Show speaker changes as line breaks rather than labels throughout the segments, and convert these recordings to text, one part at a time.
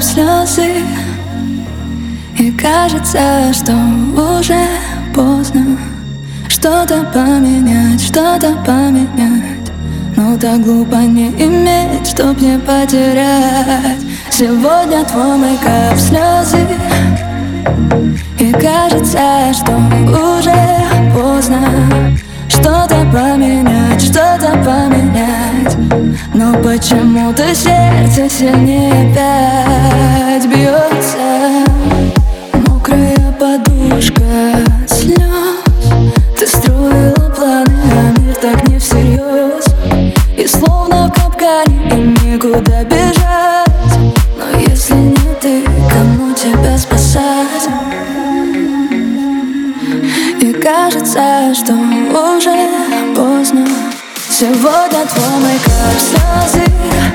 кап слезы, и кажется, что уже поздно что-то поменять, но так глупо не иметь, чтоб не потерять. Сегодня твой мейкап слезы, и кажется, что уже поздно что-то поменять, но почему-то сердце сильнее опять бьется. Мокрая подушка от слез, ты строила планы, а мир так не всерьез. И словно в капкане, и никуда бежать. Но если не ты, кому тебя спасать? И кажется, что уже поздно. Сегодня твой мейкап слезы,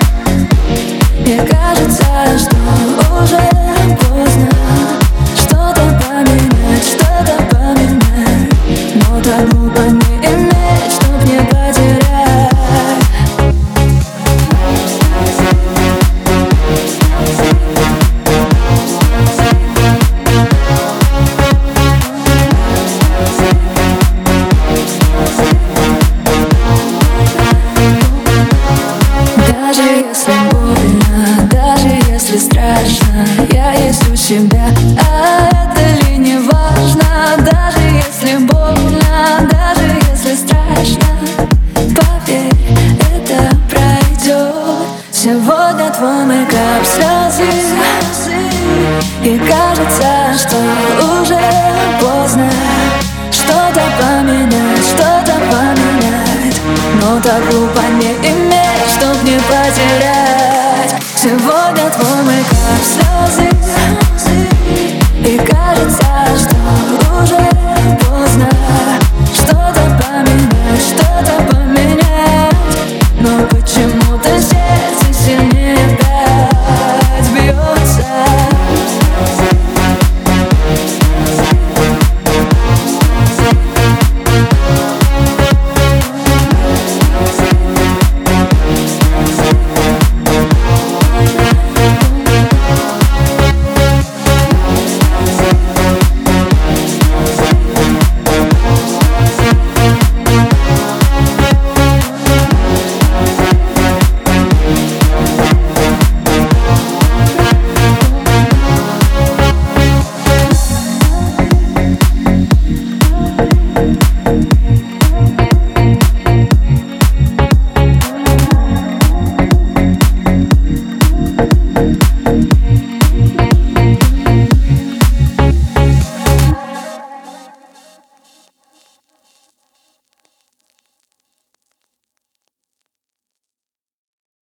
и кажется, что уже поздно что-то поменять, но так глупо не иметь, чтоб не потерять. Даже если больно, даже если страшно, я есть у себя, а это ли не важно? Даже если больно, даже если страшно, поверь, это пройдет. Сегодня твой мейкап слезы, и кажется, что уже поздно что-то поменять, но так глупо не иметь, чтоб не потерять. Сегодня твой мейкап слезы, и кажется, что уже поздно что-то поменять, но почему-то сердце сильнее опять бьется.